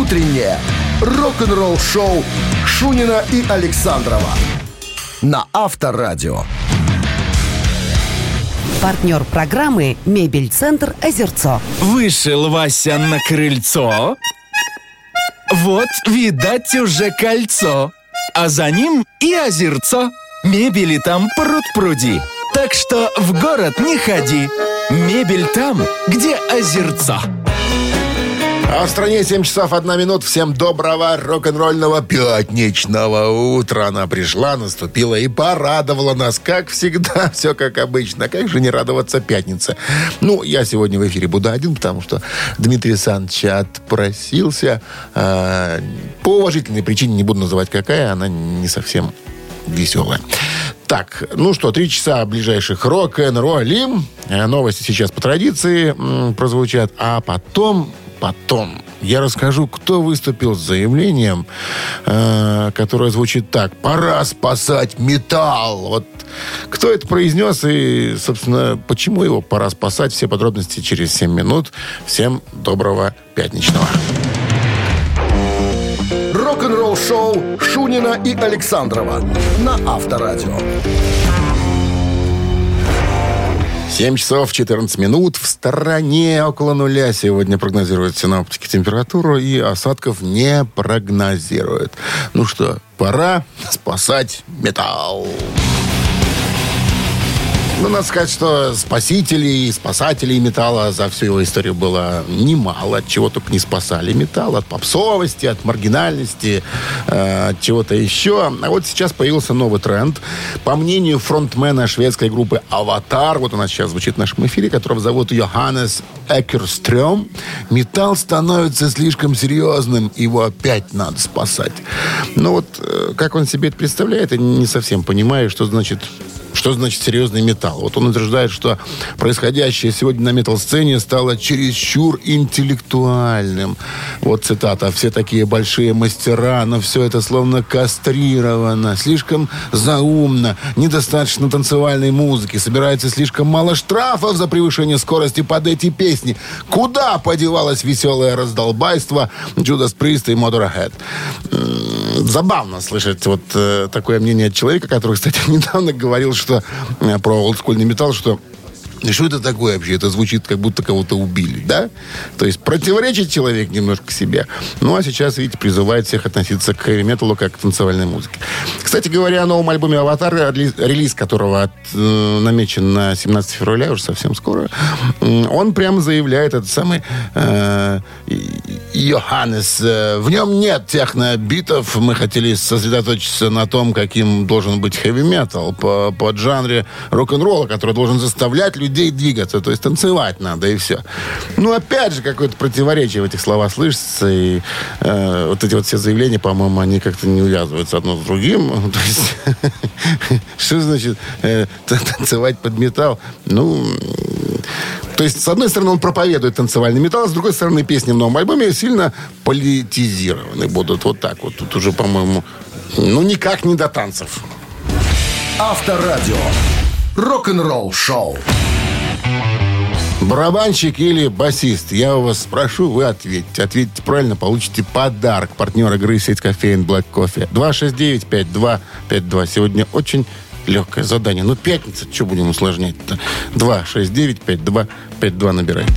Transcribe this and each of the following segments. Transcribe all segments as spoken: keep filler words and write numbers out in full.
Утреннее рок-н-ролл-шоу Шунина и Александрова на Авторадио. Партнер программы «Мебель-центр Озерцо». Вышел Вася на крыльцо. Вот, видать, уже кольцо. А за ним и озерцо. Мебели там пруд-пруди. Так что в город не ходи. Мебель там, где озерцо. А в стране семь часов одна минута. Всем доброго рок-н-ролльного пятничного утра. Она пришла, наступила и порадовала нас. Как всегда, все как обычно. Как же не радоваться пятнице? Ну, я сегодня в эфире буду один, потому что Дмитрий Саныч отпросился. Э, по уважительной причине, не буду называть какая, она не совсем веселая. Так, ну что, три часа ближайших рок-н-ролли. Новости сейчас по традиции м, прозвучат. А потом... Потом я расскажу, кто выступил с заявлением, э, которое звучит так: «Пора спасать металл». Вот кто это произнес и, собственно, почему его пора спасать, все подробности через семь минут. Всем доброго пятничного. Рок-н-ролл-шоу Шунина и Александрова на Авторадио. семь часов четырнадцать минут. В стороне около нуля сегодня прогнозируют синоптики температуру, и осадков не прогнозируют. Ну что, пора спасать металл. Ну, надо сказать, что спасителей и спасателей металла за всю его историю было немало. От чего только не спасали металл. От попсовости, от маргинальности, э, от чего-то еще. А вот сейчас появился новый тренд. По мнению фронтмена шведской группы «Аватар», вот она сейчас звучит в нашем эфире, которого зовут Йоханнес Экерстрём, металл становится слишком серьезным, его опять надо спасать. Но вот э, как он себе это представляет, я не совсем понимаю, что значит... Что значит серьезный металл? Вот он утверждает, что происходящее сегодня на метал-сцене стало чересчур интеллектуальным. Вот цитата. «Все такие большие мастера, но все это словно кастрировано, слишком заумно, недостаточно танцевальной музыки, собирается слишком мало штрафов за превышение скорости под эти песни. Куда подевалось веселое раздолбайство Judas Priest и Motorhead?» Забавно слышать вот э, такое мнение от человека, который, кстати, недавно говорил, что э, про олдскульный металл, что и что это такое вообще? Это звучит, как будто кого-то убили, да? То есть противоречит человек немножко себе. Ну, а сейчас, видите, призывает всех относиться к хэви-металлу как к танцевальной музыке. Кстати говоря, о новом альбоме «Аватар», релиз которого от, э, намечен на семнадцатое февраля, уже совсем скоро, э, он прямо заявляет, этот самый э, Йоханнес, э, в нем нет техно-битов, мы хотели сосредоточиться на том, каким должен быть хэви-метал по, по жанре рок-н-ролла, который должен заставлять людей двигаться, то есть танцевать надо, и все. Ну, опять же, какое-то противоречие в этих словах слышится, и э, вот эти вот все заявления, по-моему, они как-то не увязываются одно с другим. То есть, что значит э, танцевать под металл? Ну, то есть, с одной стороны, он проповедует танцевальный металл, а с другой стороны, песни в новом альбоме сильно политизированы будут. Вот так вот. Тут уже, по-моему, ну, никак не до танцев. Авторадио. Рок-н-ролл шоу. Барабанщик или басист? Я у вас спрошу, вы ответите. Ответите правильно, получите подарок. Партнер игры сеть кофеин Black Coffee. два шесть девять пять два пять два. Сегодня очень легкое задание. Ну, пятница, что будем усложнять-то? два шесть девять пять два пять два набирайте.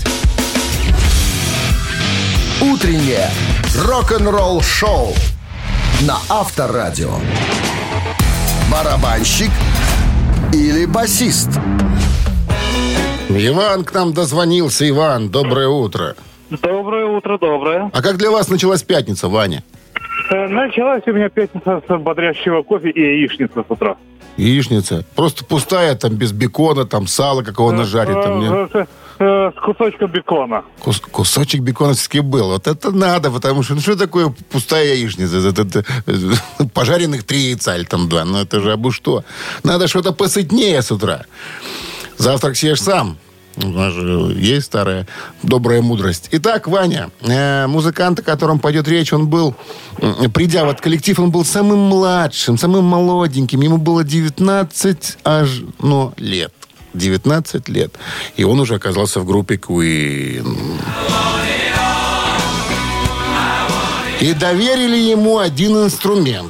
Утреннее рок-н-ролл шоу на Авторадио. Барабанщик или басист? Иван к нам дозвонился. Иван, доброе утро. Доброе утро, доброе. А как для вас началась пятница, Ваня? Э, началась у меня пятница с бодрящего кофе и яичницы с утра. Яичница? Просто пустая, там, без бекона, там, сала какого-то жарит. Там, нет? Э, э, с кусочком бекона. Кус- кусочек бекона все-таки был. Вот это надо, потому что, ну, что такое пустая яичница? Это, это, это, пожаренных три яйца или там два. Ну, это же абы что. Надо что-то посытнее с утра. Завтрак съешь сам. У нас же есть старая добрая мудрость. Итак, Ваня, э, музыкант, о котором пойдет речь, он был, э, придя в этот коллектив, он был самым младшим, самым молоденьким. Ему было девятнадцать аж, ну, лет. девятнадцать лет. И он уже оказался в группе Queen. И доверили ему один инструмент.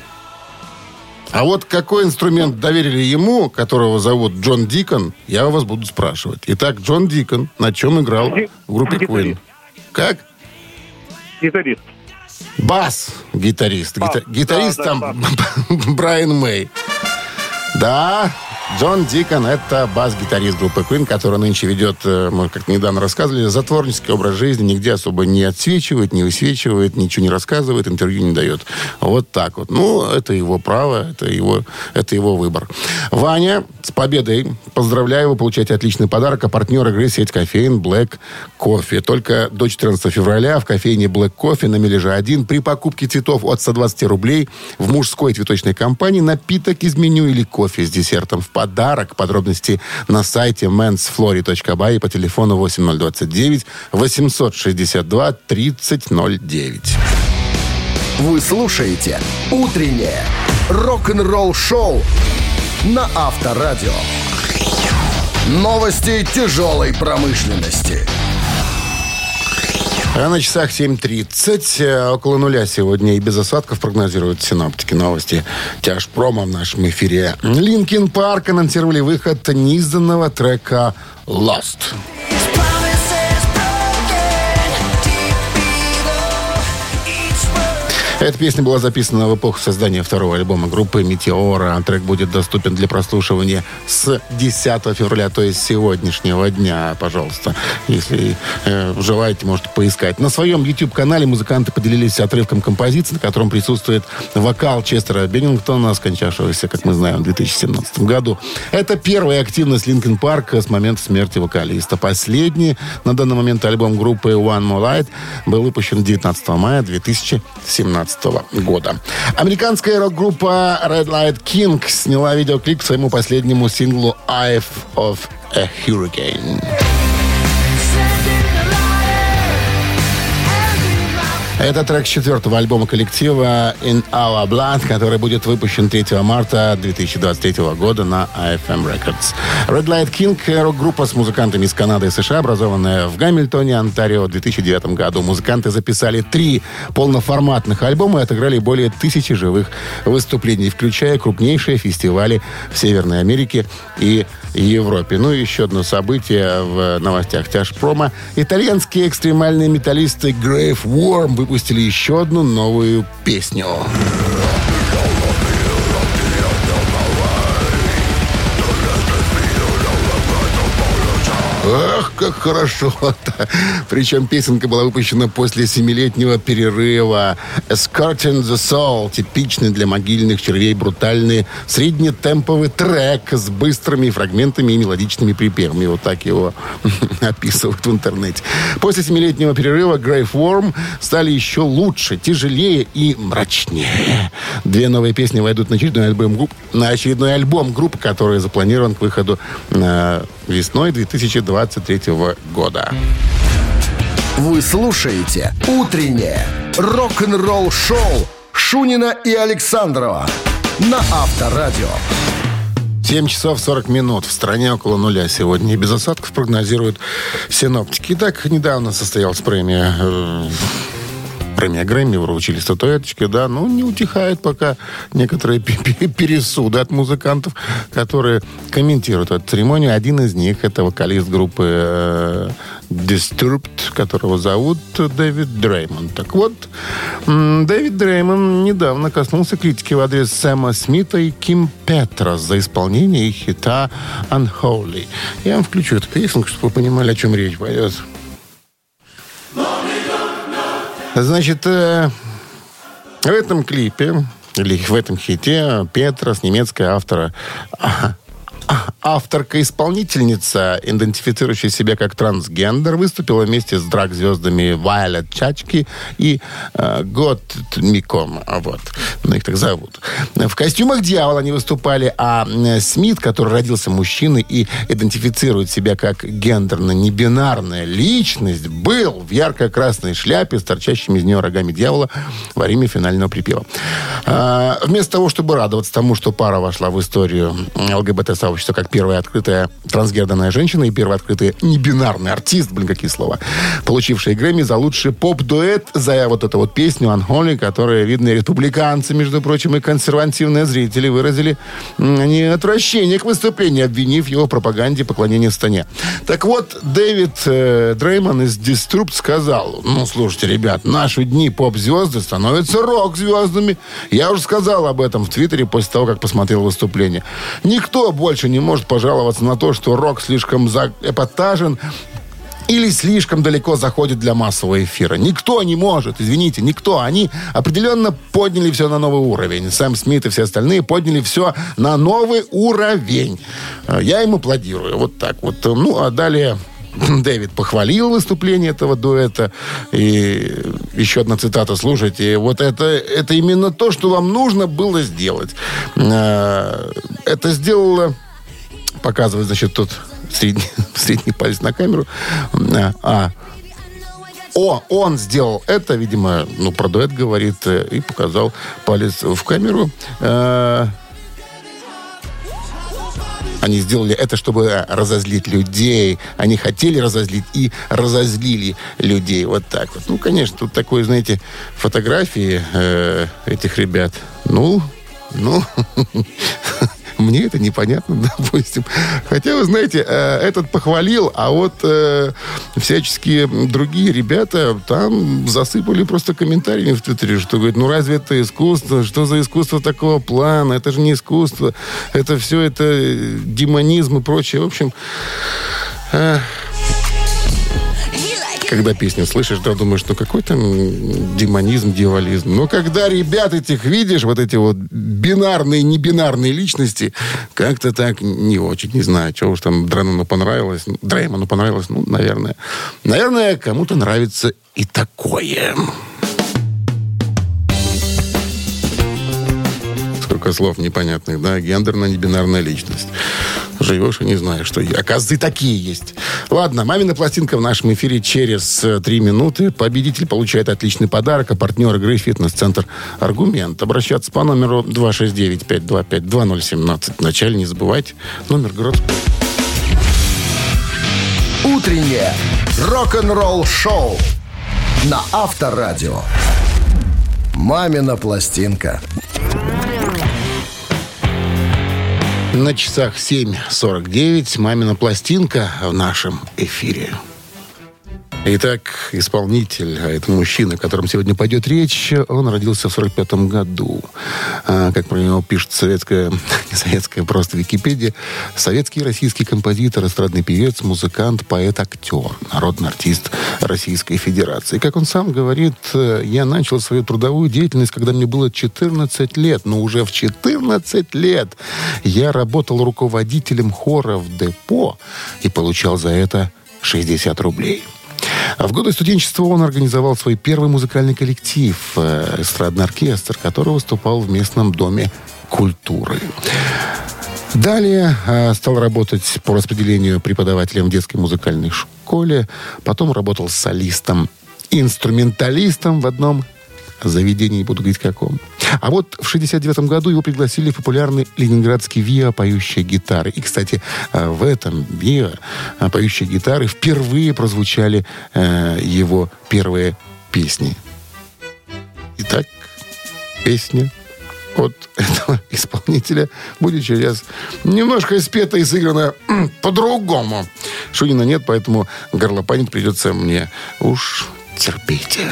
А вот какой инструмент доверили ему, которого зовут Джон Дикон, я у вас буду спрашивать. Итак, Джон Дикон на чем играл в группе Queen? Как? Гитарист. Бас. Гитарист. Бас, Гита- гитарист да, там да, Брайан Мэй. Да, Джон Дикон — это бас-гитарист группы Queen, который нынче ведет, мы как недавно рассказывали, затворнический образ жизни, нигде особо не отсвечивает, не высвечивает, ничего не рассказывает, интервью не дает. Вот так вот. Ну, это его право, это его, это его выбор. Ваня, с победой. Поздравляю, вы получаете отличный подарок. А партнер игры — сеть кофеин Black Coffee. Только до четырнадцатого февраля в кофейне Black Coffee на Мележе один при покупке цветов от ста двадцати рублей в мужской цветочной компании напиток из меню или кофе с десертом в подарок. Подробности на сайте мэнс флори точка бай и по телефону восемь ноль двадцать девять восемьсот шестьдесят два тридцать ноль девять. Вы слушаете «Утреннее рок-н-ролл-шоу» на Авторадио. Новости тяжелой промышленности. А на часах семь тридцать. Около нуля сегодня и без осадков прогнозируют синоптики. Новости тяжпрома в нашем эфире. Линкин Парк анонсировали выход неизданного трека «Lost». Эта песня была записана в эпоху создания второго альбома группы «Метеора». Трек будет доступен для прослушивания с десятого февраля, то есть сегодняшнего дня. Пожалуйста, если э, желаете, можете поискать. На своем YouTube-канале музыканты поделились отрывком композиции, на котором присутствует вокал Честера Беннингтона, скончавшегося, как мы знаем, в две тысячи семнадцатом году. Это первая активность Linkin Park с момента смерти вокалиста. Последний на данный момент альбом группы One More Light был выпущен девятнадцатого мая две тысячи семнадцатого года. Американская рок-группа Red Light King сняла видеоклип к своему последнему синглу «Eye of a Hurricane». Это трек с четвертого альбома коллектива «In Our Blood», который будет выпущен третьего марта две тысячи двадцать третьего года на ай эф эм Records. Red Light King — рок-группа с музыкантами из Канады и США, образованная в Гамильтоне, Онтарио, в две тысячи девятом году. Музыканты записали три полноформатных альбома и отыграли более тысячи живых выступлений, включая крупнейшие фестивали в Северной Америке и Европе. Ну и еще одно событие в новостях тяжпрома. Итальянские экстремальные металлисты Grave Worm выпустили еще одну новую песню. Ах, как хорошо-то. Причем песенка была выпущена после семилетнего перерыва. Escorting the Soul. Типичный для могильных червей брутальный среднетемповый трек с быстрыми фрагментами и мелодичными припевами. Вот так его описывают в интернете. После семилетнего перерыва Grave Worm стали еще лучше, тяжелее и мрачнее. Две новые песни войдут на очередной альбом, групп, на очередной альбом группы, который запланирован к выходу э, весной две тысячи двадцать третьего года. Вы слушаете «Утреннее рок-н-ролл-шоу» Шунина и Александрова на Авторадио. семь часов сорок минут. В стране около нуля сегодня. И без осадков прогнозируют синоптики. Итак, недавно состоялась премия... Э, премия Грэмми, вручили статуэточки, да, ну, не утихает пока некоторые пересуды от музыкантов, которые комментируют эту церемонию. Один из них — это вокалист группы э, Disturbed, которого зовут Дэвид Дреймон. Так вот, Дэвид Дреймон недавно коснулся критики в адрес Сэма Смита и Ким Петрос за исполнение их хита Unholy. Я вам включу эту песенку, чтобы вы понимали, о чем речь пойдет. Значит, э, в этом клипе, или в этом хите, Петрос, немецкая автора, а, а, авторка-исполнительница, идентифицирующая себя как трансгендер, выступила вместе с драг-звездами Вайолет Чачки и э, Гот Миком. Вот. Ну, их так зовут. В костюмах дьявола они выступали, а Смит, который родился мужчиной и идентифицирует себя как гендерно-небинарная личность, был в ярко-красной шляпе с торчащими из нее рогами дьявола во время финального припева. А, вместо того, чтобы радоваться тому, что пара вошла в историю ЛГБТ-сообщества как как первая открытая трансгендерная женщина и первый открытый небинарный артист, блин, какие слова, получившая Грэмми за лучший поп-дуэт за вот эту вот песню «Unholy», которую видные республиканцы, между прочим, и консервативные зрители выразили не отвращение к выступлению, обвинив его в пропаганде поклонения сатане. Так вот, Дэвид э, Дреймон из Disturbed сказал: ну, слушайте, ребят, наши дни поп-звезды становятся рок-звездами. Я уже сказал об этом в Твиттере после того, как посмотрел выступление. Никто больше не может пожаловаться на то, что рок слишком эпатажен или слишком далеко заходит для массового эфира. Никто не может, извините, никто. Они определенно подняли все на новый уровень. Сэм Смит и все остальные подняли все на новый уровень. Я им аплодирую. Вот так вот. Ну, а далее Дэвид похвалил выступление этого дуэта. И еще одна цитата, слушайте. Вот это, это именно то, что вам нужно было сделать. Это сделала... Показывает, значит, тут средний, средний палец на камеру. А, о, он сделал это, видимо, ну, про дуэт говорит, и показал палец в камеру. Они сделали это, чтобы разозлить людей. Они хотели разозлить и разозлили людей. Вот так вот. Ну, конечно, тут такой, знаете, фотографии э, этих ребят. Ну, ну... Мне это непонятно, допустим. Хотя, вы знаете, этот похвалил, а вот э, всяческие другие ребята там засыпали просто комментариями в Твиттере, что говорят, ну разве это искусство? Что за искусство такого плана? Это же не искусство. Это все, это демонизм и прочее. В общем... Э, когда песню слышишь, да, думаешь, ну какой там демонизм, дьяволизм. Но когда ребят этих видишь, вот эти вот бинарные, небинарные личности, как-то так не очень, не знаю, чего уж там Дреймону понравилось. Дреймону понравилось, ну, наверное. Наверное, кому-то нравится и такое. Сколько слов непонятных, да? Гендерно-небинарная личность. Живешь и не знаешь, что оказывается и такие есть. Ладно, «Мамина пластинка» в нашем эфире через три минуты. Победитель получает отличный подарок, а партнер игры «Фитнес-центр Аргумент». Обращаться по номеру два шесть девять пять два пять два ноль один семь. Вначале не забывайте номер городской. Утреннее рок-н-ролл-шоу на Авторадио. «Мамина пластинка». На часах семь сорок девять. «Мамина пластинка» в нашем эфире. Итак, исполнитель, а это мужчина, о котором сегодня пойдет речь, он родился в сорок пятом году. А, как про него пишет советская, не советская, просто Википедия, советский российский композитор, эстрадный певец, музыкант, поэт, актер, народный артист Российской Федерации. Как он сам говорит, я начал свою трудовую деятельность, когда мне было четырнадцать лет, но уже в четырнадцать лет я работал руководителем хора в депо и получал за это шестьдесят рублей. А в годы студенчества он организовал свой первый музыкальный коллектив, эстрадный оркестр, который выступал в местном доме культуры. Далее э, стал работать по распределению преподавателем в детской музыкальной школе. Потом работал солистом, инструменталистом в одном заведении, буду говорить каком. А вот в шестьдесят девятом году его пригласили в популярный ленинградский ВИА «Поющие гитары». И, кстати, в этом ВИА «Поющие гитары» впервые прозвучали э, его первые песни. Итак, песня от этого исполнителя будет сейчас немножко спета и сыграна по-другому. Шунина нет, поэтому горлопанить придется мне. Уж терпите.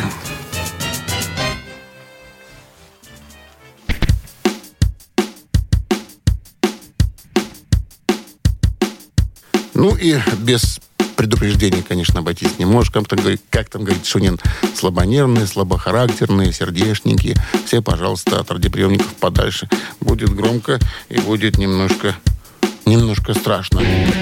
Ну и без предупреждения, конечно, обойтись не можешь. Как там, как там говорит Шунин, слабонервные, слабохарактерные, сердечники. Все, пожалуйста, от радиоприемников подальше. Будет громко и будет немножко, немножко страшно.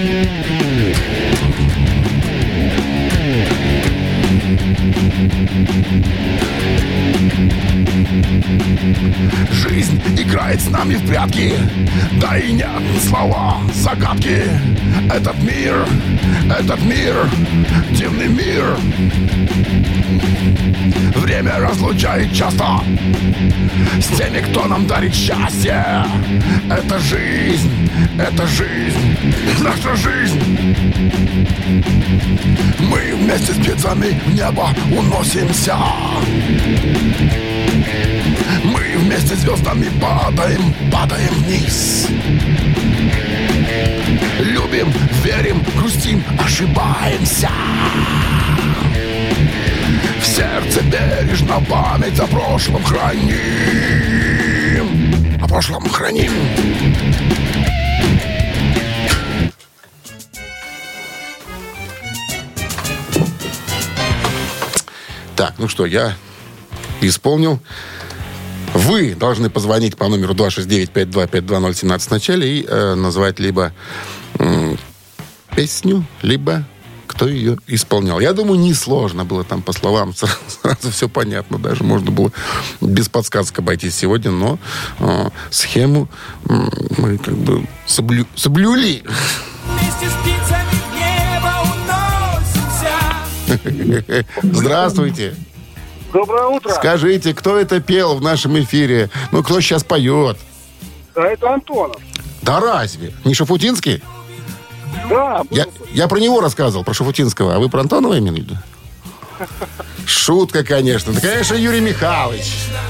Жизнь играет с нами в прятки, да и нет слова загадки. Этот мир, этот мир, темный мир. Время разлучает часто с теми, кто нам дарит счастье. Это жизнь, это жизнь, наша жизнь. Мы вместе с птицами в небо уносимся. Мы вместе с звездами падаем, падаем вниз. Любим, верим, грустим, ошибаемся. В сердце бережно память о прошлом храним. О прошлом храним. Так, ну что, я исполнил. Вы должны позвонить по номеру два шесть девять пять два пять два ноль один семь в начале и э, назвать либо э, песню, либо кто ее исполнял. Я думаю, несложно было там по словам. Сразу, сразу все понятно. Даже можно было без подсказок обойтись сегодня, но э, схему э, мы как бы соблю, соблюли. Вместе с птицами в небо уносимся. Здравствуйте. Доброе утро. Скажите, кто это пел в нашем эфире? Ну, кто сейчас поет? Да, это Антонов. Да разве? Не Шафутинский? Да, Я, я про него рассказывал, про Шафутинского. А вы про Антонова имели в виду? Шутка, конечно. Да, конечно, Юрий Михайлович.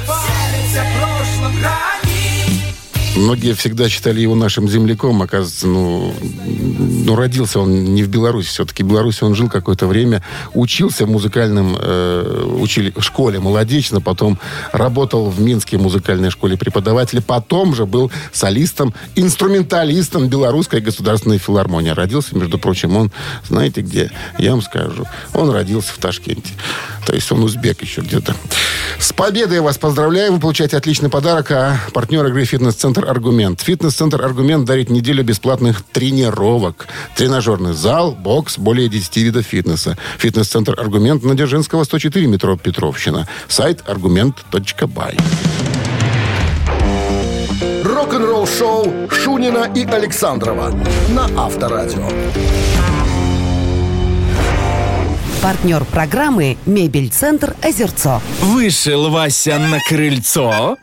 Многие всегда считали его нашим земляком. Оказывается, ну, ну родился он не в Беларуси. Все-таки в Беларуси он жил какое-то время. Учился в музыкальном э, учили, в школе молодечно. Потом работал в Минской музыкальной школе преподавателя. Потом же был солистом, инструменталистом Белорусской государственной филармонии. Родился, между прочим, он, знаете где? Я вам скажу. Он родился в Ташкенте. То есть он узбек еще где-то. С победой я вас поздравляю. Вы получаете отличный подарок. А партнер игры «Фитнес-центр Аргумент». «Фитнес-центр Аргумент» дарит неделю бесплатных тренировок. Тренажерный зал, бокс, более десяти видов фитнеса. «Фитнес-центр Аргумент» на Дзержинского, сто четыре, метро Петровщина. Сайт аргумент точка бай. Рок-н-ролл шоу Шунина и Александрова на Авторадио. Партнер программы «Мебель-центр Озерцо». Вышел Вася на крыльцо.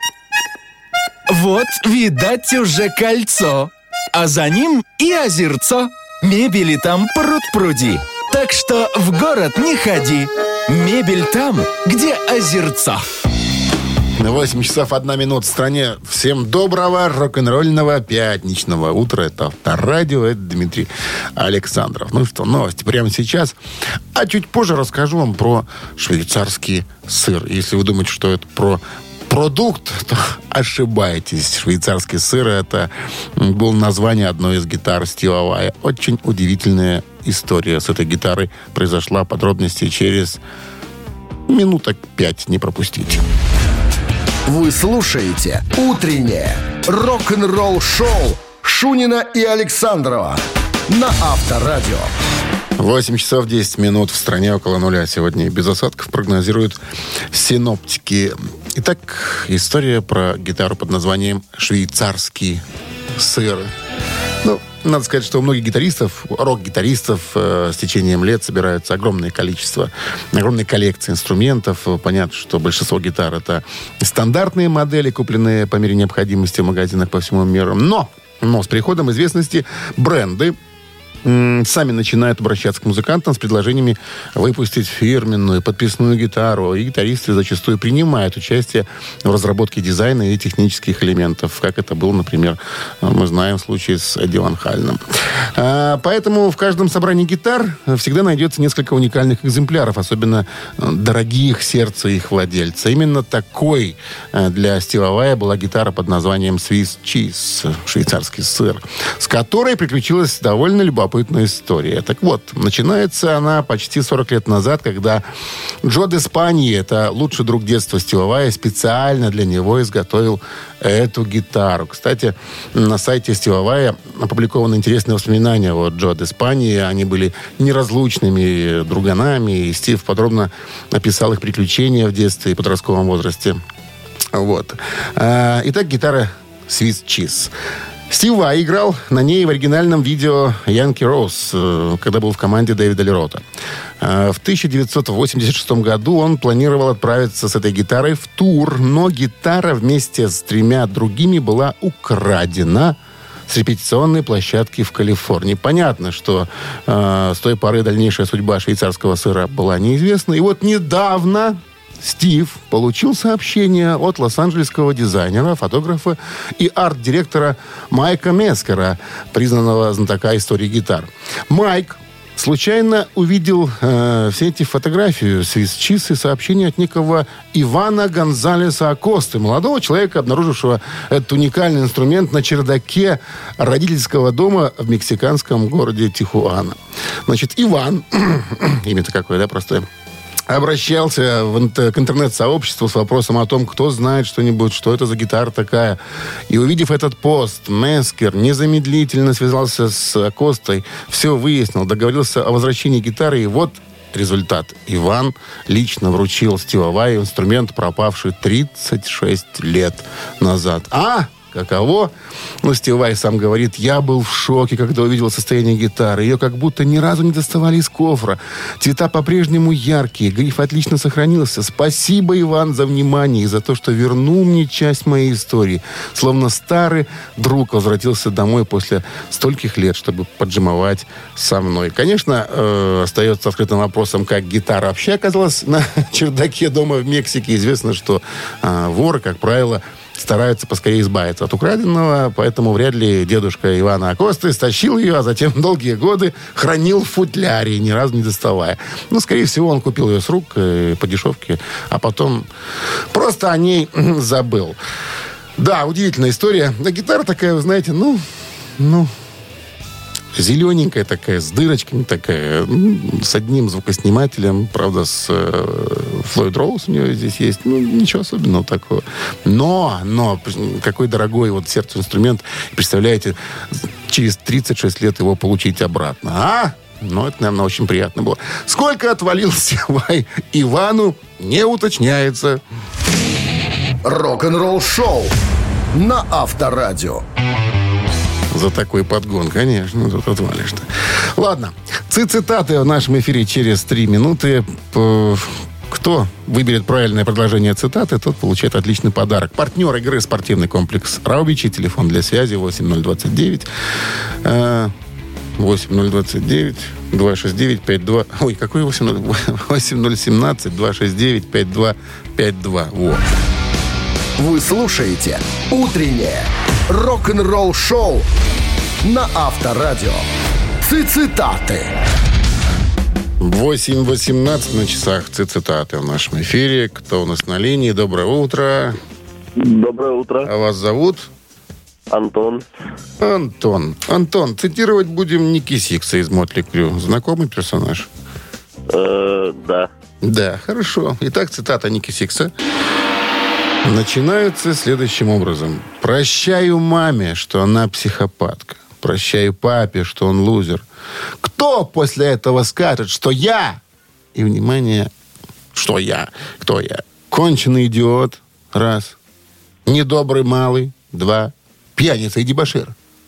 Вот, видать, уже кольцо. А за ним и озерцо. Мебели там пруд-пруди. Так что в город не ходи. Мебель там, где озерцо. восемь часов одна минута в стране. Всем доброго рок-н-ролльного пятничного утра. Это Авторадио, это Дмитрий Александров. Ну что, новости прямо сейчас. А чуть позже расскажу вам про швейцарский сыр. Если вы думаете, что это про продукт, то ошибаетесь. Швейцарский сыр — это было название одной из гитар Стива Вая. Очень удивительная история с этой гитарой произошла. Подробности через минуток пять. Не пропустите. Вы слушаете «Утреннее рок-н-ролл-шоу» Шунина и Александрова на Авторадио. восемь часов десять минут в стране, около нуля. Сегодня без осадков прогнозируют синоптики. Итак, история про гитару под названием «Швейцарский сыр». Ну, надо сказать, что у многих гитаристов, рок-гитаристов э, с течением лет собирается огромное количество, огромная коллекция инструментов. Понятно, что большинство гитар — это стандартные модели, купленные по мере необходимости в магазинах по всему миру. Но, но с приходом известности бренды сами начинают обращаться к музыкантам с предложениями выпустить фирменную подписную гитару. И гитаристы зачастую принимают участие в разработке дизайна и технических элементов, как это было, например, мы знаем в случае с Эдди Ван Халеном. А, поэтому в каждом собрании гитар всегда найдется несколько уникальных экземпляров, особенно дорогих сердцу их владельца. Именно такой для Стива Вая была гитара под названием Swiss Cheese, швейцарский сыр, с которой приключилась довольно любопытная история. Так вот, начинается она почти сорок лет назад, когда Джо Деспанье, это лучший друг детства Стива Вая, специально для него изготовил эту гитару. Кстати, на сайте Стива Вая опубликованы интересные воспоминания о Джо Деспанье. Они были неразлучными друганами, и Стив подробно описал их приключения в детстве и подростковом возрасте. Вот. Итак, гитара Swiss Cheese. Стив Vai играл на ней в оригинальном видео «Янки Роуз», когда был в команде Дэвида Ли Рота. В тысяча девятьсот восемьдесят шестом году он планировал отправиться с этой гитарой в тур, но гитара вместе с тремя другими была украдена с репетиционной площадки в Калифорнии. Понятно, что э, с той поры дальнейшая судьба швейцарского сыра была неизвестна. И вот недавно Стив получил сообщение от лос-анджелесского дизайнера, фотографа и арт-директора Майка Мескера, признанного знатока истории гитар. Майк случайно увидел э, все эти фотографии, свитч-чиз и сообщения от некого Ивана Гонзалеса Акосты, молодого человека, обнаружившего этот уникальный инструмент на чердаке родительского дома в мексиканском городе Тихуана. Значит, Иван, имя-то какое, да, простое, обращался в интер- к интернет-сообществу с вопросом о том, кто знает что-нибудь, что это за гитара такая. И увидев этот пост, Мескер незамедлительно связался с Акостой, все выяснил, договорился о возвращении гитары, и вот результат. Иван лично вручил Стиву Ваю инструмент, пропавший тридцать шесть лет назад. А? Каково? Ну, Стив Vai сам говорит, я был в шоке, когда увидел состояние гитары. Ее как будто ни разу не доставали из кофра. Цвета по-прежнему яркие, гриф отлично сохранился. Спасибо, Иван, за внимание и за то, что вернул мне часть моей истории. Словно старый друг возвратился домой после стольких лет, чтобы поджимовать со мной. Конечно, э, остается открытым вопросом, как гитара вообще оказалась на чердаке дома в Мексике. Известно, что э, воры, как правило, стараются поскорее избавиться от украденного, поэтому вряд ли дедушка Ивана Акосты стащил ее, а затем долгие годы хранил в футляре, ни разу не доставая. Ну, скорее всего, он купил ее с рук э, по дешевке, а потом просто о ней забыл. Да, удивительная история. Да, гитара такая, вы знаете, ну, ну, зелененькая такая, с дырочками такая, с одним звукоснимателем, правда, с Флойд Роуз у нее здесь есть. Ну, ничего особенного такого. Но, но, какой дорогой вот сердцу инструмент. Представляете, через тридцать шесть лет его получить обратно. А? Ну, это, наверное, очень приятно было. Сколько отвалил Стив Vai Ивану, не уточняется. Рок-н-ролл шоу на Авторадио. За такой подгон, конечно, тут отвалишь-то. Ладно, цитаты в нашем эфире через три минуты. Кто выберет правильное предложение цитаты, тот получает отличный подарок. Партнер игры спортивный комплекс «Раубичи». Телефон для связи восемь ноль двадцать девять восемь ноль двадцать девять два шесть девять пять два. Ой, какой восемь ноль восемь ноль семнадцать два шесть девять пять два пять два. Вот. Вы слушаете «Утреннее рок-н-ролл-шоу» на Авторадио. Цитаты. восемь восемнадцать на часах. Цитаты в нашем эфире. Кто у нас на линии? Доброе утро. Доброе утро. А вас зовут? Антон. Антон. Антон, цитировать будем Ники Сикса из Мотли Крю. Знакомый персонаж? Э, да. Да, хорошо. Итак, цитата Ники Сикса начинается следующим образом. «Прощаю маме, что она психопатка. Прощаю папе, что он лузер. Кто после этого скажет, что я...» И, внимание, что я? Кто я? Конченый идиот. Раз. Недобрый малый. Два. Пьяница и дебошир.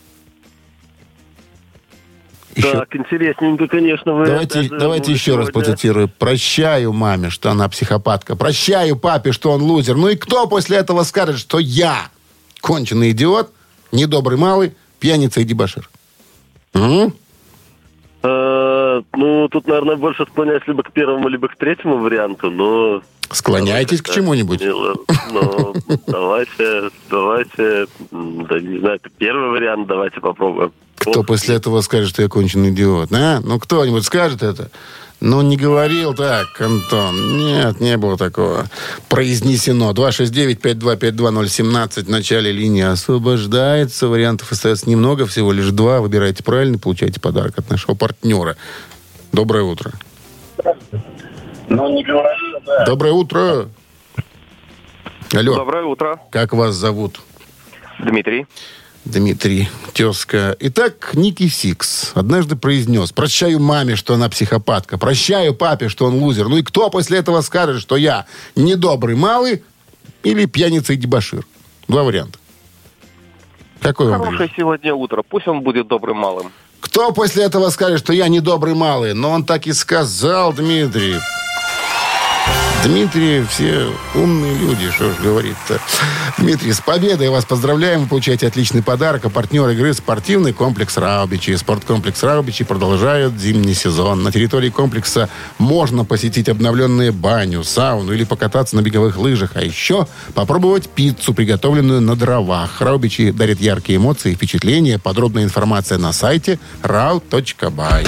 Еще. Так, интересненько, конечно. Вы давайте давайте еще сегодня раз процитирую. «Прощаю маме, что она психопатка. Прощаю папе, что он лузер. Ну и кто после этого скажет, что я конченый идиот, недобрый малый, пьяница и дебошир?» Угу. Э, ну, тут, наверное, больше склоняюсь либо к первому, либо к третьему варианту, но... Склоняйтесь к чему-нибудь? Ну, давайте, давайте, да не знаю, первый вариант давайте попробуем. Кто после этого скажет, что я конченый идиот? А? Ну, кто-нибудь скажет это? Ну, не говорил так, Антон. Нет, не было такого. Произнесено. два шесть девять пять два пять два ноль семнадцать в начале линии освобождается. Вариантов остается немного, всего лишь два. Выбирайте правильно, получайте подарок от нашего партнера. Доброе утро. Ну, не говорил, да. Доброе утро. Алло. Доброе утро. Как вас зовут? Дмитрий. Дмитрий, тезка. Итак, Ники Сикс однажды произнес: «Прощаю маме, что она психопатка. Прощаю папе, что он лузер. Ну и кто после этого скажет, что я недобрый малый или пьяница и дебошир?» Два варианта. Какой он Хорошее сегодня утро. Пусть он будет добрым малым. Кто после этого скажет, что я не добрый малый? Но он так и сказал, Дмитрий. Дмитрий, все умные люди, что ж говорит-то. Дмитрий, с победой вас поздравляем. Вы получаете отличный подарок. А партнер игры — спортивный комплекс «Раубичи». Спорткомплекс «Раубичи» продолжает зимний сезон. На территории комплекса можно посетить обновленную баню, сауну или покататься на беговых лыжах. А еще попробовать пиццу, приготовленную на дровах. «Раубичи» дарит яркие эмоции и впечатления. Подробная информация на сайте рау точка бай.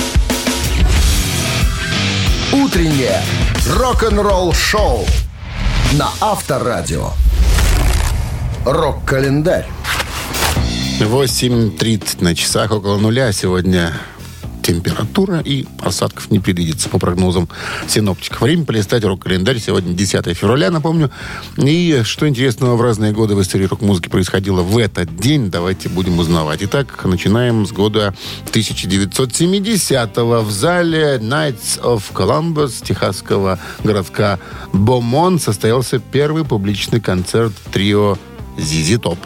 Утреннее рок-н-ролл-шоу на Авторадио. Рок-календарь. восемь тридцать на часах, около нуля сегодня температура, и осадков не предвидится по прогнозам синоптиков. Время полистать рок-календарь. Сегодня десятое февраля, напомню. И что интересного в разные годы в истории рок-музыки происходило в этот день, давайте будем узнавать. Итак, начинаем с года тысяча девятьсот семидесятого. В зале Knights of Columbus техасского городка Бомон состоялся первый публичный концерт трио зет зет Top.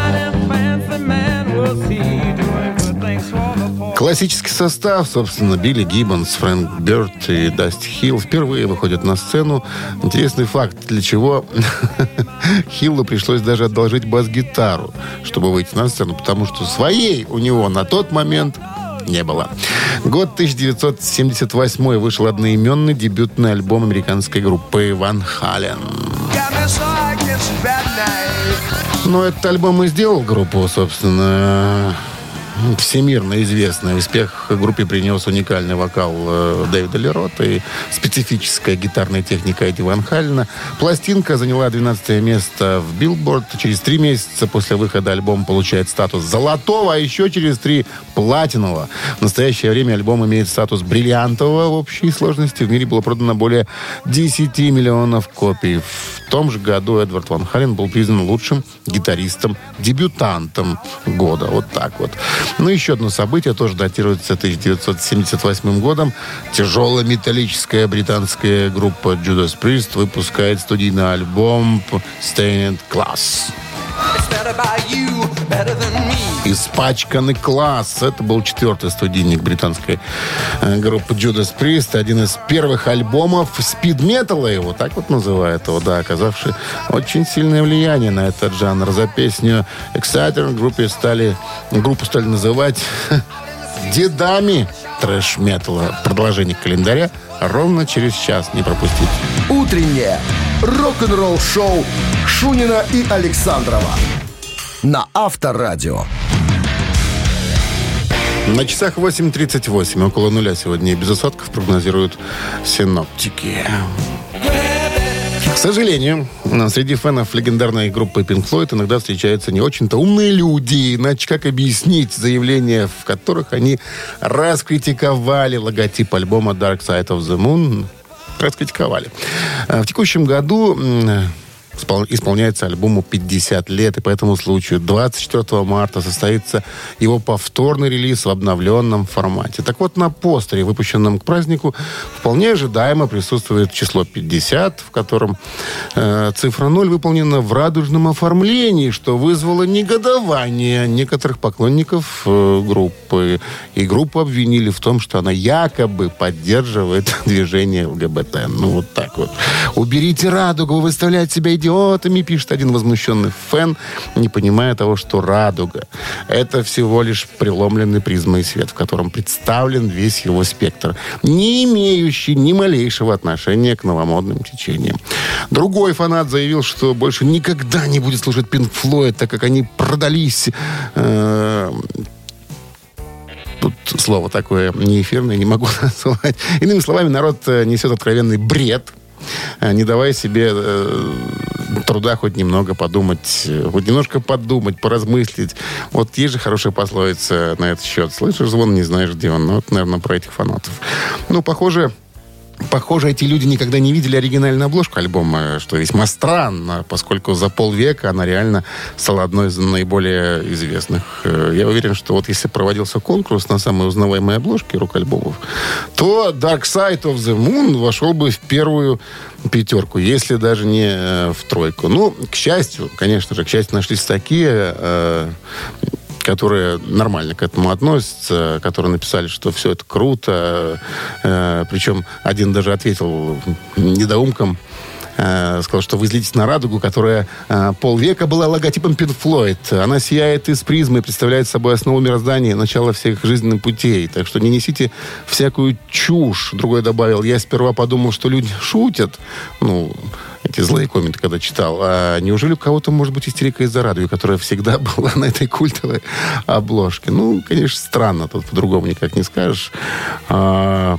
Классический состав, собственно, Билли Гиббонс, Фрэнк Бёрд и Дасти Хилл впервые выходят на сцену. Интересный факт, для чего Хиллу пришлось даже одолжить бас-гитару, чтобы выйти на сцену, потому что своей у него на тот момент не было. Год тысяча девятьсот семьдесят восьмой вышел одноименный дебютный альбом американской группы Ван Хален. Но этот альбом и сделал группу, собственно, всемирно известный. Успех группе принес уникальный вокал э, Дэвида Ли Рота и специфическая гитарная техника Эдди Ван Халена. Пластинка заняла двенадцатое место в Billboard. Через три месяца после выхода альбом получает статус золотого, а еще через три платинового. В настоящее время альбом имеет статус бриллиантового. В общей сложности в мире было продано более десять миллионов копий. В том же году Эдвард Ван Хален был признан лучшим гитаристом-дебютантом года. Вот так вот. Ну, еще одно событие тоже датируется тысяча девятьсот семьдесят восьмым годом. Тяжелая металлическая британская группа Judas Priest выпускает студийный альбом Stained Class. Испачканный класс. Это был четвертый студийник британской э, группы Judas Priest. Один из первых альбомов спид-металла его, так вот называют его, да, оказавший очень сильное влияние на этот жанр. За песню Exciter группе стали, группу стали называть дедами трэш-металла. Продолжение календаря ровно через час. Не пропустите. Утреннее рок-н-ролл-шоу Шунина и Александрова на Авторадио. На часах восемь тридцать восемь. Около нуля сегодня без осадков прогнозируют синоптики. К сожалению, среди фанов легендарной группы Pink Floyd иногда встречаются не очень-то умные люди. Иначе как объяснить заявления, в которых они раскритиковали логотип альбома Dark Side of the Moon? Раскритиковали. В текущем году исполняется альбому пятьдесят лет, и по этому случаю двадцать четвёртого марта состоится его повторный релиз в обновленном формате. Так вот, на постере, выпущенном к празднику, вполне ожидаемо присутствует число пятьдесят, в котором э, цифра ноль выполнена в радужном оформлении, что вызвало негодование некоторых поклонников э, группы. И группу обвинили в том, что она якобы поддерживает движение ЛГБТ. Ну, вот так вот. «Уберите радугу, вы выставляете себя идиотами», пишет один возмущенный фэн, не понимая того, что радуга — это всего лишь преломленный призмой свет, в котором представлен весь его спектр, не имеющий ни малейшего отношения к новомодным течениям. Другой фанат заявил, что больше никогда не будет слушать Pink Floyd, так как они продались... Э- Тут слово такое неэфирное, не могу назвать. Иными словами, народ несет откровенный бред, не давая себе э, труда хоть немного подумать, хоть немножко подумать, поразмыслить. Вот есть же хорошая пословица на этот счет. Слышишь звон, не знаешь, где он. Ну, вот, наверное, про этих фанатов. Ну, похоже, Похоже, эти люди никогда не видели оригинальную обложку альбома, что весьма странно, поскольку за полвека она реально стала одной из наиболее известных. Я уверен, что вот если проводился конкурс на самые узнаваемые обложки рок-альбомов, то Dark Side of the Moon вошел бы в первую пятерку, если даже не в тройку. Ну, к счастью, конечно же, к счастью, нашлись такие... Э, которые нормально к этому относятся, которые написали, что все это круто. Э, причем один даже ответил недоумкам, э, сказал, что вы злитесь на радугу, которая э, полвека была логотипом Pink Floyd. Она сияет из призмы и представляет собой основу мироздания, начало всех жизненных путей. Так что не несите всякую чушь. Другой добавил, я сперва подумал, что люди шутят. Ну... эти злые комменты, когда читал. А неужели у кого-то может быть истерика из-за радуги, которая всегда была на этой культовой обложке? Ну, конечно, странно. Тут по-другому никак не скажешь. А...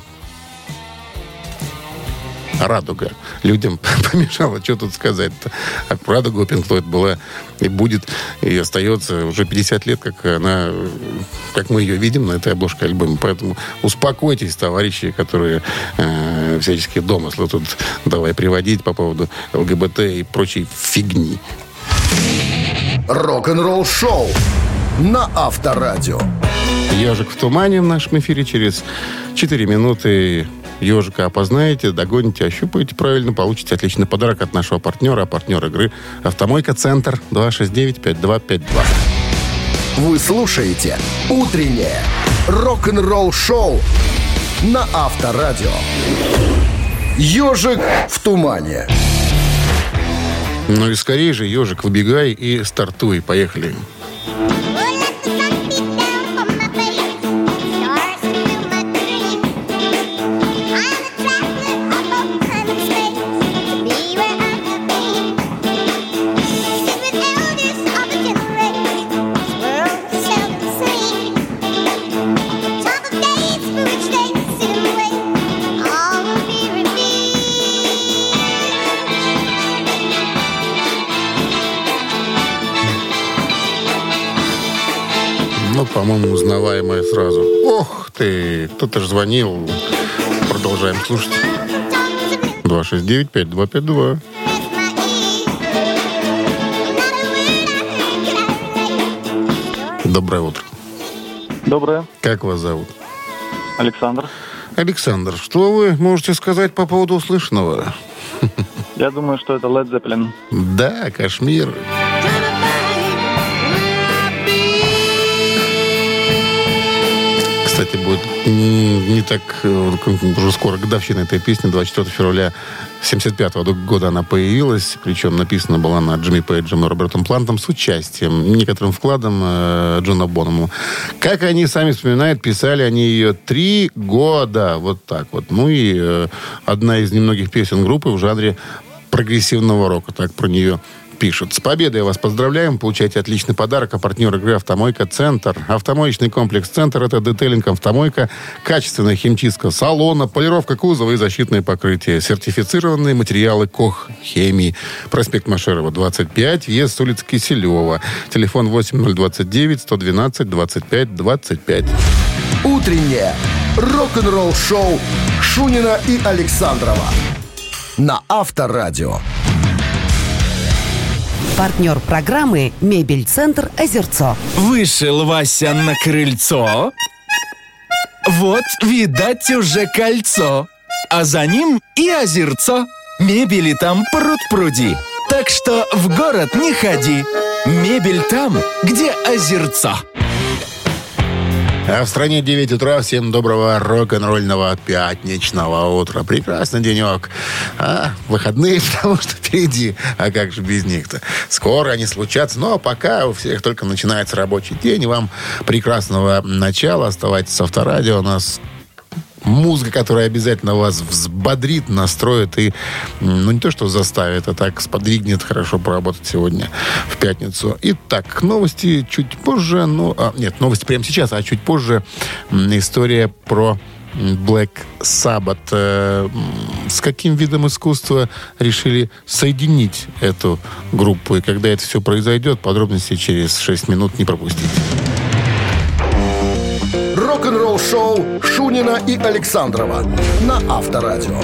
Радуга людям помешала. Что тут сказать-то? А радуга у Pink Floyd была и будет, и остается уже пятьдесят лет, как она, как мы ее видим на этой обложке альбома. Поэтому успокойтесь, товарищи, которые э, всяческие домыслы тут давай приводить по поводу ЛГБТ и прочей фигни. Рок-н-ролл шоу на Авторадио. «Ежик в тумане» в нашем эфире через четыре минуты. Ежика опознаете, догоните, ощупаете правильно, получите отличный подарок от нашего партнера, а партнер игры «Автомойка Центр» два шесть девять пять два пять два. Вы слушаете «Утреннее рок-н-ролл-шоу» на Авторадио. «Ежик в тумане». Ну и скорее же, ежик, выбегай и стартуй. Поехали. Ну, по-моему, узнаваемое сразу. Ох ты, кто-то же звонил. Продолжаем слушать. два шесть девять пять два пять два. Доброе утро. Доброе. Как вас зовут? Александр. Александр, что вы можете сказать по поводу услышанного? Я думаю, что это Led Zeppelin. Да, Кашмир. Кстати, будет не так уже скоро годовщина этой песни. двадцать четвёртого февраля семьдесят пятого года она появилась. Причем написана была на Джимми Пейджем и Робертом Плантом с участием, некоторым вкладом э, Джона Бонема. Как они сами вспоминают, писали они ее три года. Вот так вот. Ну и э, одна из немногих песен группы в жанре прогрессивного рока. Так про нее пишут. С победой вас поздравляем. Получайте отличный подарок. А партнер игры «Автомойка Центр». Автомоечный комплекс «Центр» — это детейлинг «Автомойка», качественная химчистка салона, полировка кузова и защитное покрытие. Сертифицированные материалы КОХ хемии. Проспект Машерова, двадцать пять, въезд с улицы Киселева. Телефон восемь ноль двадцать девять сто двенадцать двадцать пять двадцать пять. Утреннее рок-н-ролл-шоу Шунина и Александрова на Авторадио. Партнер программы «Мебель-центр Озерцо». Вышел Вася на крыльцо. Вот, видать, уже кольцо. А за ним и озерцо. Мебели там пруд-пруди. Так что в город не ходи. Мебель там, где озерцо. А в стране девять утра. Всем доброго рок-н-ролльного пятничного утра. Прекрасный денек. А выходные, потому что впереди. А как же без них-то? Скоро они случатся. Но пока у всех только начинается рабочий день. Вам прекрасного начала. Оставайтесь с Авторадио. У нас музыка, которая обязательно вас взбодрит, настроит и, ну, не то что заставит, а так сподвигнет хорошо поработать сегодня в пятницу. Итак, новости чуть позже. Ну, а, нет, новости прямо сейчас, а чуть позже история про Black Sabbath. Э, с каким видом искусства решили соединить эту группу? И когда это все произойдет, подробности через шесть минут не пропустите. Рок-н-ролл-шоу Шунина и Александрова на Авторадио.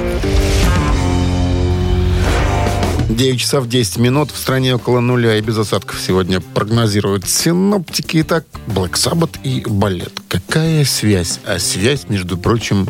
девять часов десять минут. В стране около нуля и без осадков сегодня прогнозируют синоптики. Итак, Black Sabbath и балет. Какая связь? А связь, между прочим,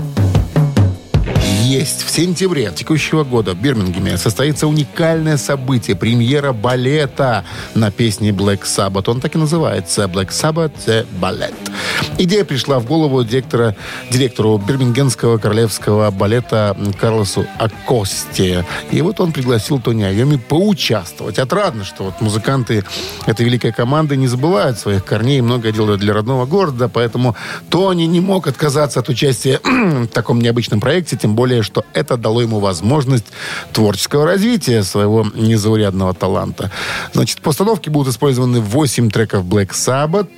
есть. В сентябре текущего года в Бирмингеме состоится уникальное событие. Премьера балета на песне Black Sabbath. Он так и называется. Black Sabbath The Ballet. Идея пришла в голову директора, директору Бирмингемского королевского балета Карлосу Акосте. И вот он пригласил Тони Айоми поучаствовать. Отрадно, что вот музыканты этой великой команды не забывают своих корней и многое делают для родного города. Поэтому Тони не мог отказаться от участия в таком необычном проекте. Тем более, что это дало ему возможность творческого развития своего незаурядного таланта. Значит, в постановке будут использованы восемь треков Black Sabbath.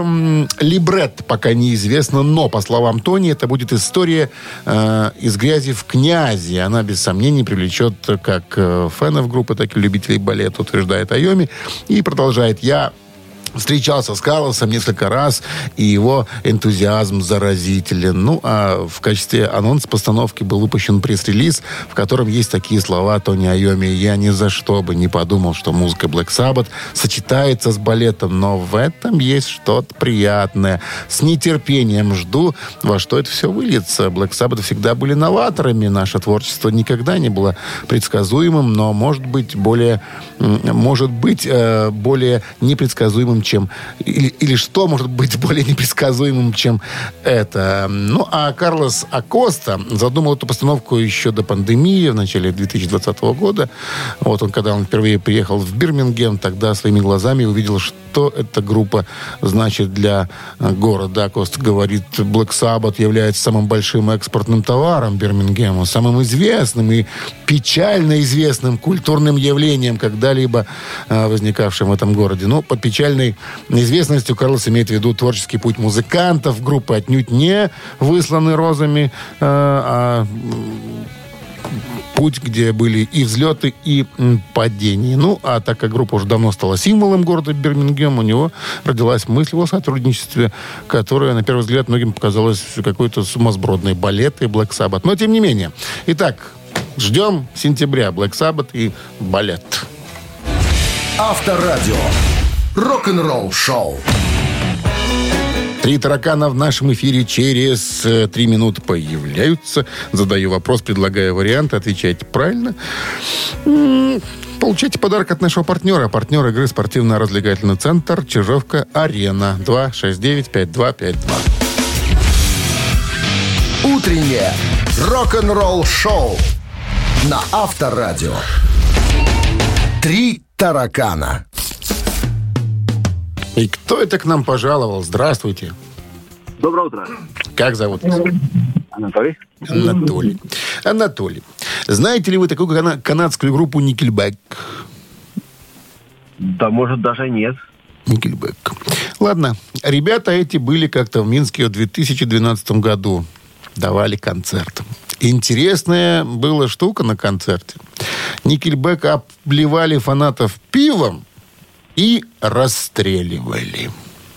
Либретто пока неизвестно, но, по словам Тони, это будет история э, из грязи в князи. Она, без сомнений, привлечет как фенов группы, так и любителей балета, утверждает Айоми. И продолжает: «Я встречался с Карлосом несколько раз, и его энтузиазм заразителен». Ну, а в качестве анонса постановки был выпущен пресс-релиз, в котором есть такие слова Тони Айоми: «Я ни за что бы не подумал, что музыка Black Sabbath сочетается с балетом, но в этом есть что-то приятное. С нетерпением жду, во что это все выльется. Black Sabbath всегда были новаторами. Наше творчество никогда не было предсказуемым, но может быть более, может быть, более непредсказуемым, чем... Или, или что может быть более непредсказуемым, чем это?» Ну, а Карлос Акоста задумал эту постановку еще до пандемии, в начале две тысячи двадцатого года. Вот он, когда он впервые приехал в Бирмингем, тогда своими глазами увидел, что эта группа значит для города. Акоста говорит: Black Sabbath является самым большим экспортным товаром Бирмингема, самым известным и печально известным культурным явлением, когда-либо возникавшим в этом городе. Но под печальной известностью Карлос имеет в виду творческий путь музыкантов. Группы отнюдь не высланы розами, а путь, где были и взлеты, и падения. Ну, а так как группа уже давно стала символом города Бирмингем, у него родилась мысль о сотрудничестве, которая, на первый взгляд, многим показалась какой-то сумасбродной. Балет и Black Sabbath. Но, тем не менее. Итак, ждем сентября Black Sabbath и балет. Авторадио. Рок-н-ролл шоу. Три таракана в нашем эфире через э, три минуты появляются. Задаю вопрос, предлагаю варианты. Отвечайте правильно. М-м, получайте подарок от нашего партнера. Партнер игры спортивно-развлекательный центр «Чижовка-Арена». два шесть девять пять два пять два. Утреннее рок-н-ролл шоу на Авторадио. Три таракана. И кто это к нам пожаловал? Здравствуйте. Доброе утро. Как зовут? Анатолий. Анатолий. Анатолий. Знаете ли вы такую кана- канадскую группу Nickelback? Да, может, даже нет. Nickelback. Ладно. Ребята эти были как-то в Минске в две тысячи двенадцатом году. Давали концерт. Интересная была штука на концерте. Nickelback обливали фанатов пивом и расстреливали.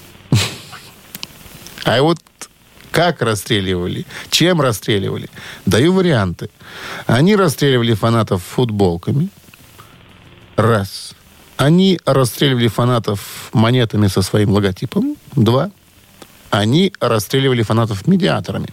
А вот как расстреливали? Чем расстреливали? Даю варианты. Они расстреливали фанатов футболками. Раз. Они расстреливали фанатов монетами со своим логотипом. Два. Они расстреливали фанатов медиаторами.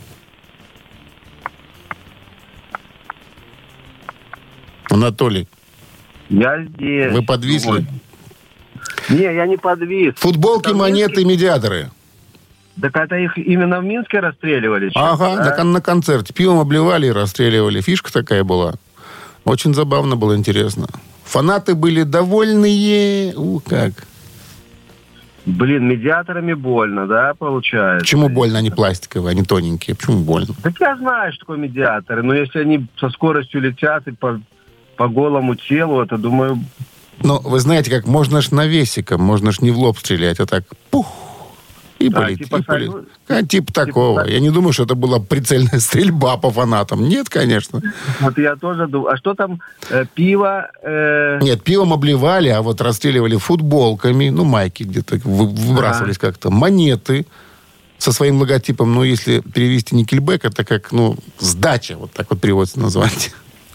Анатолий. Я здесь. Вы подвисли? Не, я не подвис. Футболки, Это монеты, медиаторы. Так это их именно в Минске расстреливали? Ага, да? на, на концерте. Пивом обливали и расстреливали. Фишка такая была. Очень забавно было, интересно. Фанаты были довольные. У, как. Блин, медиаторами больно, да, получается? Почему больно? Они пластиковые, они тоненькие. Почему больно? Так я знаю, что такое медиаторы. Но если они со скоростью летят и по, по голому телу, это, думаю... Но вы знаете, как можно ж навесиком, можно ж не в лоб стрелять, а так пух, и А, полетит. типа и полет. салют? А, типа такого. так. Я не думаю, что это была прицельная стрельба по фанатам. Нет, конечно. Вот я тоже думаю. А что там? Э, пиво? Э... Нет, пивом обливали, а вот расстреливали футболками, ну, майки где-то вы- выбрасывались как-то, монеты со своим логотипом. Но если перевести Никельбек, это как, ну, сдача. Вот так вот переводится название.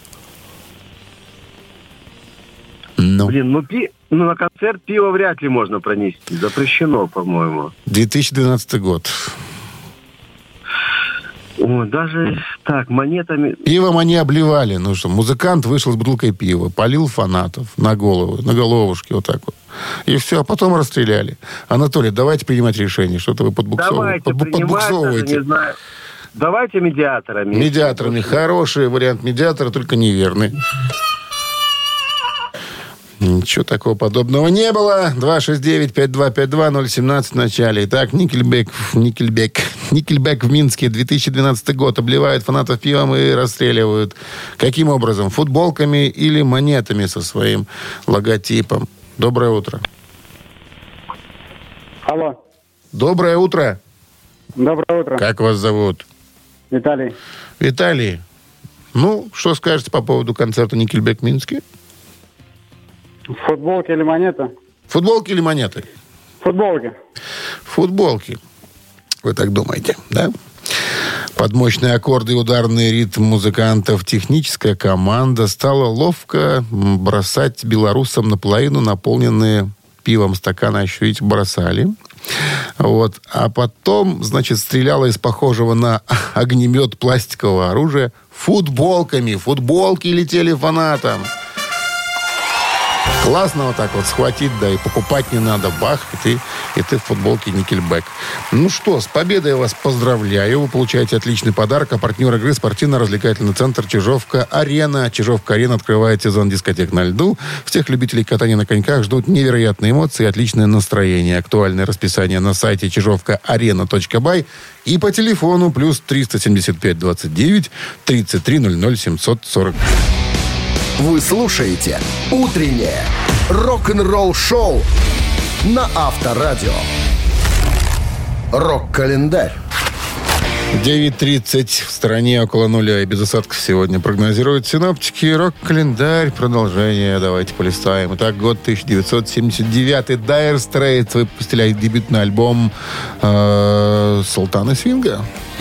Ну. Блин, ну, пи... ну на концерт пиво вряд ли можно пронести. Запрещено, по-моему. две тысячи двенадцатый год. О, даже так, монетами... Пивом они обливали. Ну что, музыкант вышел с бутылкой пива, полил фанатов на голову, на головушки, вот так вот. И все, а потом расстреляли. Анатолий, давайте принимать решение. Что-то вы подбуксовываете. Давайте принимать, даже не знаю. Давайте медиаторами. Медиаторами. Хороший вариант медиатора, только неверный. Ничего такого подобного не было. два шесть девять пять два пять два ноль семнадцать в начале. Итак, Никельбек, Никельбек, Никельбек в Минске, две тысячи двенадцатый год. Обливают фанатов пивом и расстреливают. Каким образом? Футболками или монетами со своим логотипом? Доброе утро. Алло. Доброе утро. Доброе утро. Как вас зовут? Виталий. Виталий. Ну, что скажете по поводу концерта Никельбек в Минске? Футболки или монета? Футболки или монеты? Футболки. Футболки. Вы так думаете, да? Под мощные аккорды и ударный ритм музыкантов техническая команда стала ловко бросать белорусам наполовину наполненные пивом стаканы, ощутить бросали. Вот. А потом, значит, стреляла из похожего на огнемет пластикового оружия футболками. Футболки летели фанатам. Классно вот так вот схватить, да, и покупать не надо. Бах, и ты, и ты в футболке Никельбек. Ну что, с победой я вас поздравляю. Вы получаете отличный подарок. А партнер игры — спортивно-развлекательный центр «Чижовка-Арена». «Чижовка-Арена» открывает сезон дискотек на льду. Всех любителей катания на коньках ждут невероятные эмоции и отличное настроение. Актуальное расписание на сайте чижовка арена точка бай и по телефону плюс триста семьдесят пять двадцать девять тридцать три ноль ноль семьсот сорок. Вы слушаете «Утреннее рок-н-ролл-шоу» на Авторадио. Рок-календарь. девять тридцать в стороне, около нуля и без осадков сегодня прогнозируют синоптики. Рок-календарь. Продолжение. Давайте полистаем. Итак, год тысяча девятьсот семьдесят девятый. Dire Straits выпустили дебютный альбом э, «Султана свинга».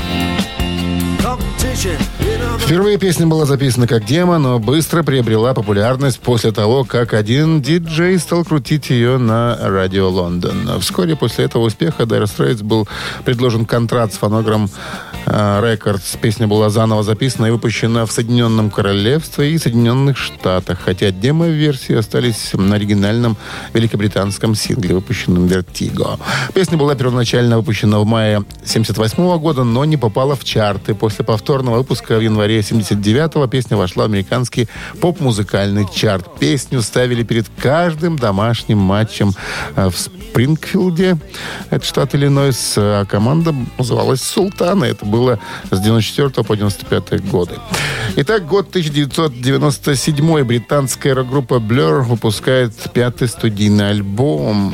Впервые песня была записана как демо, но быстро приобрела популярность после того, как один диджей стал крутить ее на радио Лондон. Вскоре после этого успеха Dire Straits был предложен контракт с фонограммом Records. Песня была заново записана и выпущена в Соединенном Королевстве и Соединенных Штатах, хотя демо-версии остались на оригинальном великобританском сингле, выпущенном Vertigo. Песня была первоначально выпущена в мае семьдесят восьмого года, но не попала в чарты. После повторного выпуска в январе семьдесят девятого песня вошла в американский поп-музыкальный чарт. Песню ставили перед каждым домашним матчем в Спрингфилде, это штат Иллинойс, а команда называлась «Султана». Это было с девяносто четвёртого по девяносто пятый годы. Итак, год тысяча девятьсот девяносто седьмой. Британская рок-группа Blur выпускает пятый студийный альбом.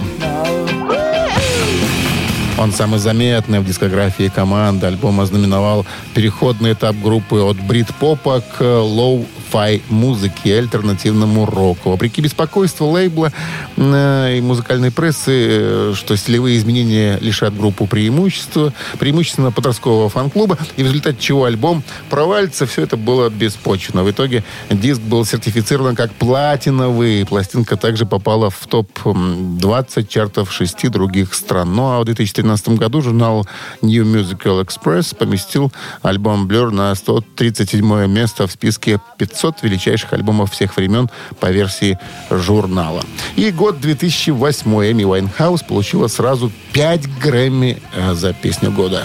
Он самый заметный в дискографии команды. Альбом ознаменовал переходный этап группы от брит-попа к лоу-фай музыке и альтернативному року. Вопреки беспокойству лейбла э, и музыкальной прессы, э, что стилевые изменения лишат группу преимущества, преимущественно подросткового фан-клуба, и в результате чего альбом провалится, все это было беспочвенно. В итоге диск был сертифицирован как платиновый. Пластинка также попала в топ двадцать чартов шести других стран. Ну а в две тысячи тринадцатом году журнал New Musical Express поместил альбом Blur на сто тридцать седьмое место в списке пятисот величайших альбомов всех времен по версии журнала. И год две тысячи восьмой. Эми Уайнхаус получила сразу пять Грэмми за песню года.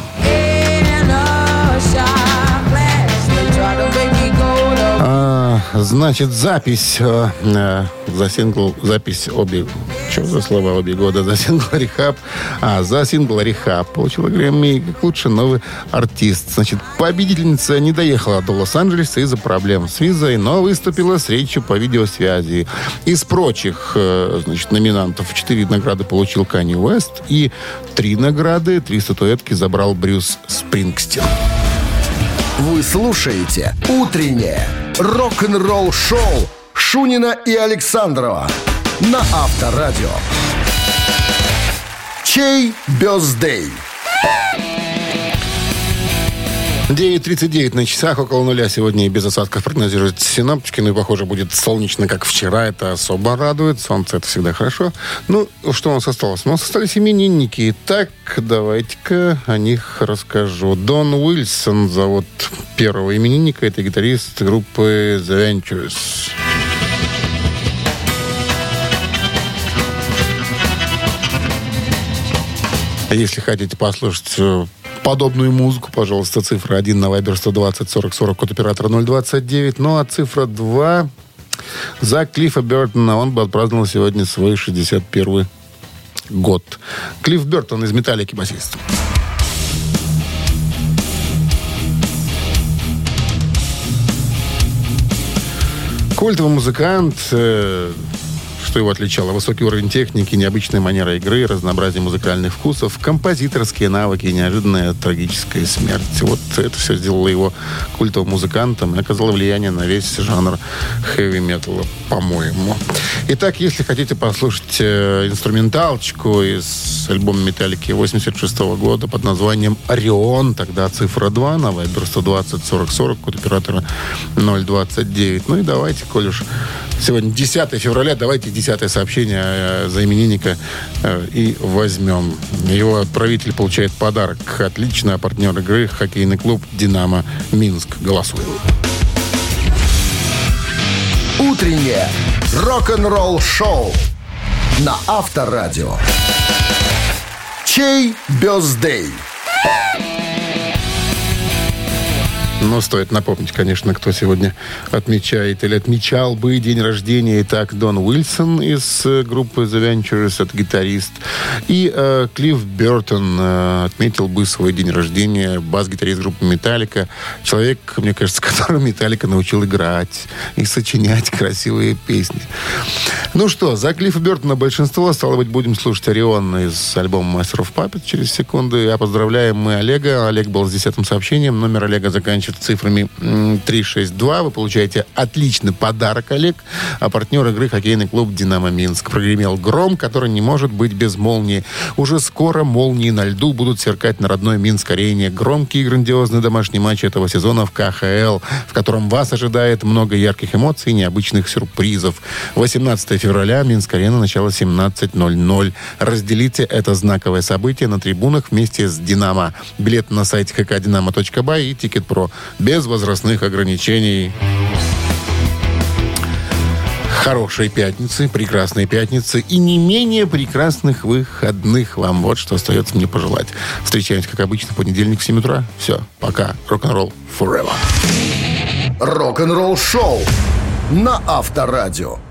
А, значит, запись э, э, за сингл, запись обе, что за слова обе года, за сингл «Рехаб», а за сингл «Рехаб» получила Грэмми как лучший новый артист. Значит, победительница не доехала до Лос-Анджелеса из-за проблем с визой, но выступила с речью по видеосвязи. Из прочих, э, значит, номинантов четыре награды получил Канье Уэст, и три награды, три статуэтки забрал Брюс Спрингстин. Вы слушаете «Утреннее рок-н-ролл-шоу» Шунина и Александрова на Авторадио. Чей бёздей? девять тридцать девять на часах, около нуля сегодня и без осадков прогнозируют синоптики. Ну и, похоже, будет солнечно, как вчера. Это особо радует. Солнце — это всегда хорошо. Ну, что у нас осталось? У нас остались именинники. Итак, давайте-ка о них расскажу. Дон Уилсон зовут первого именинника. Это гитарист группы The Ventures. Если хотите послушать подобную музыку, пожалуйста, цифра один на Viber сто двадцать сорок сорок, код оператора ноль двадцать девять. Ну, а цифра два за Клиффа Бертона. Он бы отпраздновал сегодня свой шестьдесят первый год. Клифф Бертон из «Металлики», басист. Культовый музыкант. Э- Что его отличало? Высокий уровень техники, необычная манера игры, разнообразие музыкальных вкусов, композиторские навыки и неожиданная трагическая смерть. Вот это все сделало его культовым музыкантом и оказало влияние на весь жанр хэви-металла, по-моему. Итак, если хотите послушать э, инструменталочку из альбома «Металлики» восемьдесят шестого года под названием «Орион», тогда цифра два на Viber сто двадцать сорок сорок, код оператора ноль двадцать девять. Ну и давайте, коль уж сегодня десятое февраля, давайте десятое сообщение за именинника э, и возьмем. Его отправитель получает подарок. Отлично, а партнер игры — хоккейный клуб «Динамо Минск». Голосуем. Утреннее рок-н-ролл-шоу на Авторадио. Чей бёздей? Но стоит напомнить, конечно, кто сегодня отмечает или отмечал бы день рождения. Итак, Дон Уилсон из э, группы The Ventures, это гитарист. И э, Клифф Бертон э, отметил бы свой день рождения, бас-гитарист группы «Металлика». Человек, мне кажется, которого «Металлика» научил играть и сочинять красивые песни. Ну что, за Клиффа Бертона большинство. Стало быть, будем слушать «Орион» из альбома «Master of Puppets» через секунду. А поздравляем мы Олега. Олег был с десятым сообщением. Номер Олега заканчивается цифрами три шесть два. Вы получаете отличный подарок, Олег. А партнер игры — хоккейный клуб «Динамо Минск». Прогремел гром, который не может быть без молнии. Уже скоро молнии на льду будут сверкать на родной Минск-арене. Громкий и грандиозный домашний матч этого сезона в ка ха эл, в котором вас ожидает много ярких эмоций и необычных сюрпризов. восемнадцатого февраля, Минск-арена, начало семнадцать ноль ноль. Разделите это знаковое событие на трибунах вместе с «Динамо». Билет на сайте ха ка динамо точка бай и Тикет.Про. Без возрастных ограничений. Хорошей пятницы, прекрасной пятницы и не менее прекрасных выходных вам. Вот что остается мне пожелать. Встречаемся, как обычно, в понедельник в семь утра. Все, пока. Рок-н-ролл forever. Рок-н-ролл шоу на Авторадио.